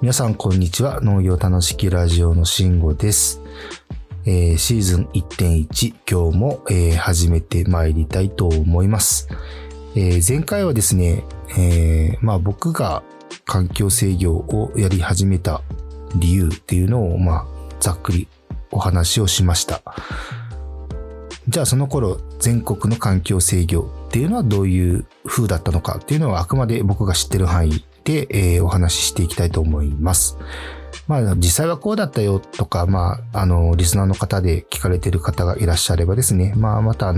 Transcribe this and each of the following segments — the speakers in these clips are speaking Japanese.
皆さんこんにちは。農業楽しきラジオの慎吾です。シーズン 1.1 今日も、始めてまいりたいと思います。前回はですね、僕が環境制御をやり始めた理由っていうのをざっくりお話をしました。じゃあその頃全国の環境制御っていうのはどういう風だったのかっていうのはあくまで僕が知ってる範囲で、お話ししていきたいと思います。実際はこうだったよとか、リスナーの方で聞かれている方がいらっしゃればですね、また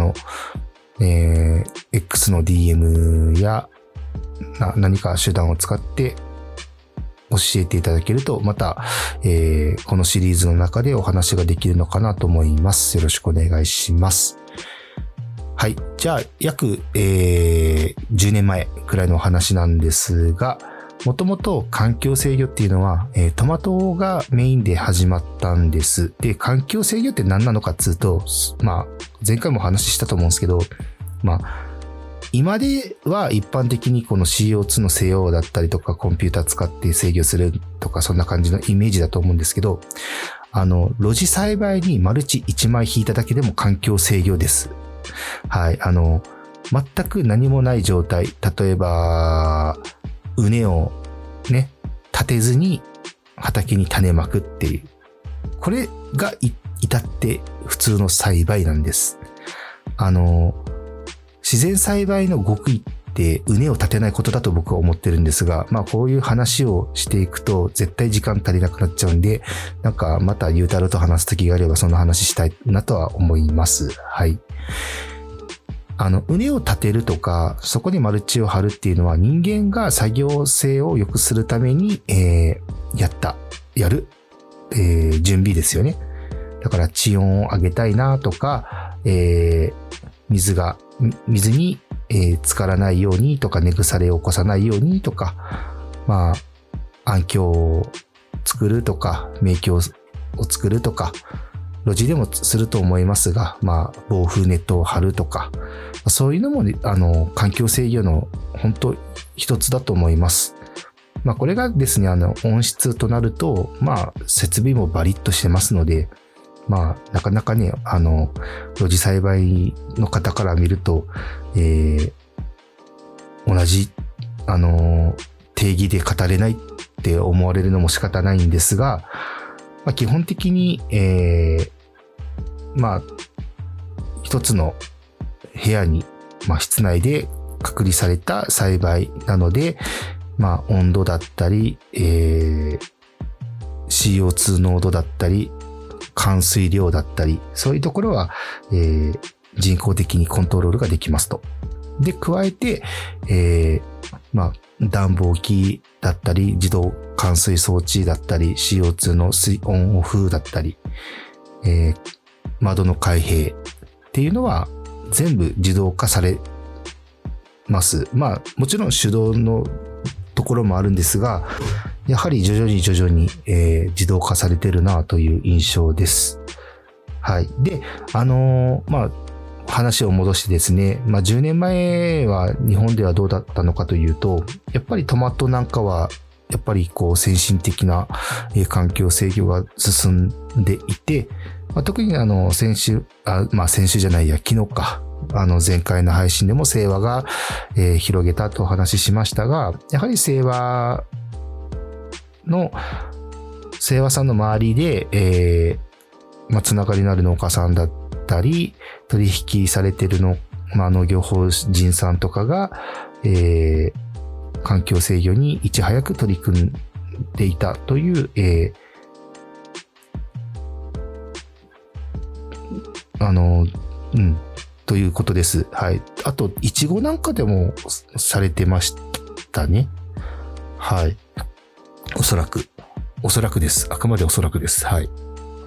X の DM や何か手段を使って教えていただけると、また、このシリーズの中でお話ができるのかなと思います。よろしくお願いします。はい。じゃあ、約、10年前くらいのお話なんですが、もともと環境制御っていうのは、トマトがメインで始まったんです。で、環境制御って何なのかっつうと、前回もお話ししたと思うんですけど、今では一般的にこの CO2 の制御だったりとか、コンピューター使って制御するとか、そんな感じのイメージだと思うんですけど、露地栽培にマルチ1枚引いただけでも環境制御です。はい。全く何もない状態。例えば、畝をね、立てずに畑に種まくっていう。これが至って普通の栽培なんです。自然栽培の極意って畝を立てないことだと僕は思ってるんですが、こういう話をしていくと絶対時間足りなくなっちゃうんで、またゆうたろうと話す時があればその話したいなとは思います。はい。畝を立てるとか、そこにマルチを張るっていうのは人間が作業性を良くするために、やる、準備ですよね。だから地温を上げたいなとか、水に、浸からないようにとか、根腐れを起こさないようにとか、暗渠を作るとか、明渠を作るとか、露地でもすると思いますが、防風ネットを張るとか、そういうのも、環境制御の本当一つだと思います。これがですね、温室となると、設備もバリッとしてますので、なかなかね、露地栽培の方から見ると、同じ、定義で語れないって思われるのも仕方ないんですが、基本的に、一つの部屋に、室内で隔離された栽培なので、温度だったり、CO2 濃度だったり、含水量だったり、そういうところは、人工的にコントロールができますと。で、加えて、暖房機だったり、自動換水装置だったり、CO2 の水温オフだったり、窓の開閉っていうのは全部自動化されます。もちろん手動のところもあるんですが、やはり徐々に、自動化されてるなという印象です。はい。で、話を戻してですね、10年前は日本ではどうだったのかというと、やっぱりトマトなんかは、やっぱり先進的な環境制御が進んでいて、特に昨日か、前回の配信でも清和が、広げたとお話ししましたが、やはり清和さんの周りで、つながりのある農家さんだったり、取引されている農業法人さんとかが、環境制御にいち早く取り組んでいたという、ということです。はい。あと、イチゴなんかでもされてましたね。はい。おそらくです。あくまでおそらくです。はい。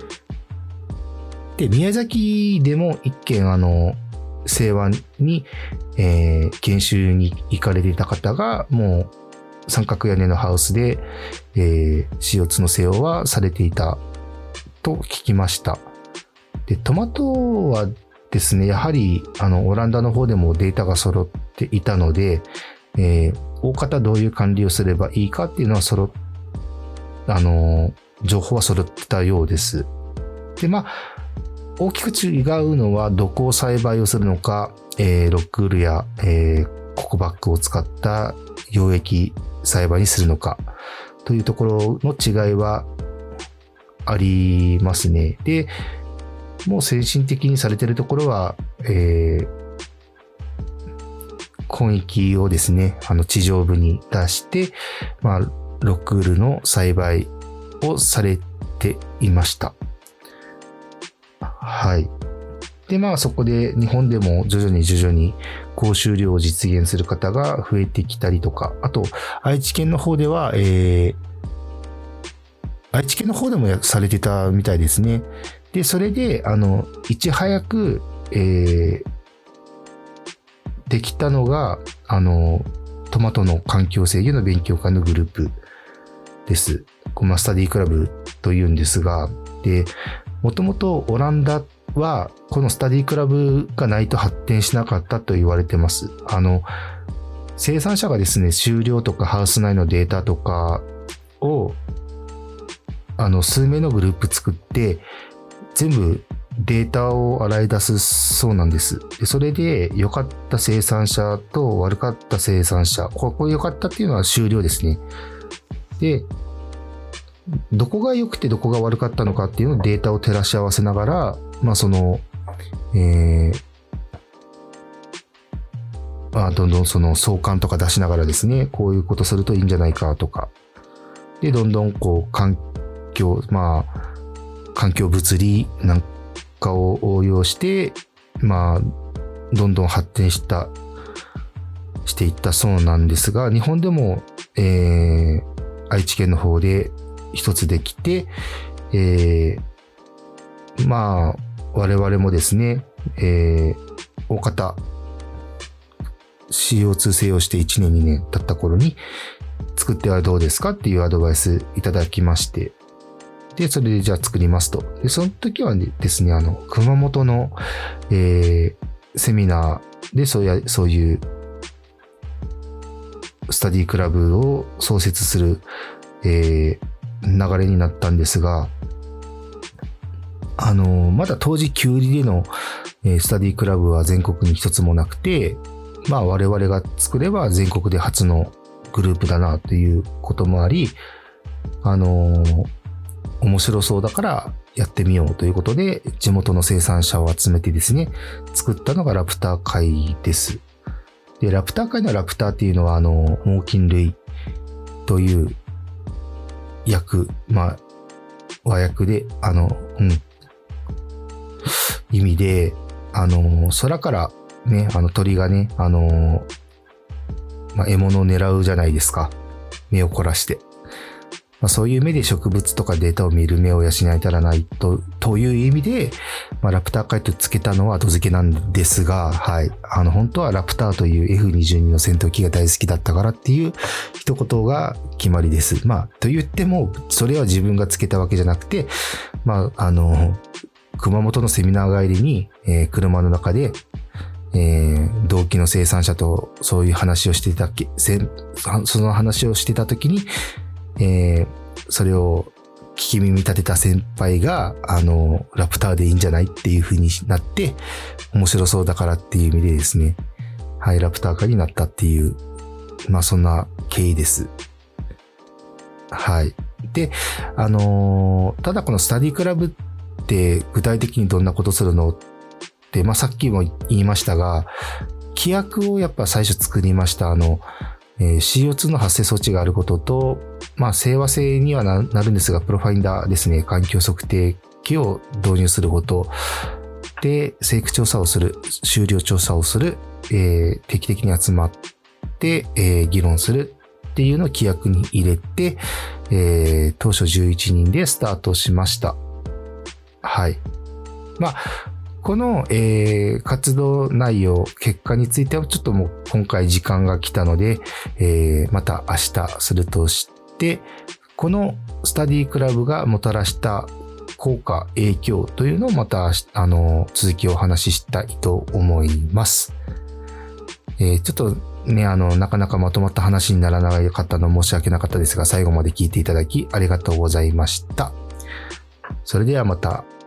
で、宮崎でも一件清和に、研修に行かれていた方が、もう三角屋根のハウスで、CO2 の制御はされていたと聞きました。で、トマトはですね、やはり、オランダの方でもデータが揃っていたので、大方どういう管理をすればいいかっていうのは揃っ情報は揃ってたようです。で、大きく違うのは、どこを栽培をするのか、ロックウールや、ココバッグを使った溶液栽培にするのか、というところの違いはありますね。で、もう先進的にされているところは、根域をですね、地上部に出して、ロックウールの栽培をされていました。はい。で、そこで日本でも徐々に高収量を実現する方が増えてきたりとか、あと、愛知県の方では、愛知県の方でもされてたみたいですね。で、それで、いち早く、できたのが、トマトの環境制御の勉強会のグループです。スタディクラブというんですが、で、もともとオランダは、このスタディクラブがないと発展しなかったと言われてます。生産者がですね、収量とかハウス内のデータとかを、数名のグループ作って、全部データを洗い出すそうなんです。で、それで良かった生産者と悪かった生産者、ここ良かったっていうのは収量ですね。で、どこが良くてどこが悪かったのかっていうのをデータを照らし合わせながら、どんどんその相関とか出しながらですね、こういうことするといいんじゃないかとか、で、どんどん環境物理なんかを応用して、どんどん発展していったそうなんですが、日本でも、愛知県の方で一つできて、我々もですね、大方 CO2 制をして1年2年経った頃に作ってはどうですかっていうアドバイスいただきまして、で、それでじゃあ作りますと。で、その時はですね、熊本の、セミナーでそういうスタディクラブを創設する、流れになったんですが、まだ当時旧理での、スタディクラブは全国に一つもなくて、我々が作れば全国で初のグループだなということもあり、面白そうだからやってみようということで、地元の生産者を集めてですね、作ったのがラプター会です。で、ラプター界のラプターっていうのは、猛禽類という和訳で、意味で、空からね、鳥がね、獲物を狙うじゃないですか。目を凝らして。そういう目で植物とかデータを見る目を養いたらないという意味で、ラプター界と付けたのは後付けなんですが、はい。本当はラプターという F22 の戦闘機が大好きだったからっていう一言が決まりです。と言っても、それは自分が付けたわけじゃなくて、熊本のセミナー帰りに、車の中で、同期の生産者とそういう話をしていたその話をしてた時に、それを聞き耳立てた先輩が、ラプターでいいんじゃないっていう風になって、面白そうだからっていう意味でですね、はい、ラプター化になったっていう、そんな経緯です。はい。で、ただこのスタディクラブって具体的にどんなことするのって、さっきも言いましたが、規約をやっぱ最初作りました。CO2 の発生装置があることと、清和性にはなるんですが、プロファインダーですね、環境測定器を導入すること。で、生育調査をする、収量調査をする、定期的に集まって、議論するっていうのを規約に入れて、当初11人でスタートしました。はい。この、活動内容、結果についてはちょっともう今回時間が来たので、また明日するとして、このスタディクラブがもたらした効果、影響というのをまた、続きをお話ししたいと思います。 ちょっとね、なかなかまとまった話にならなかったの申し訳なかったですが、最後まで聞いていただきありがとうございました。それではまた。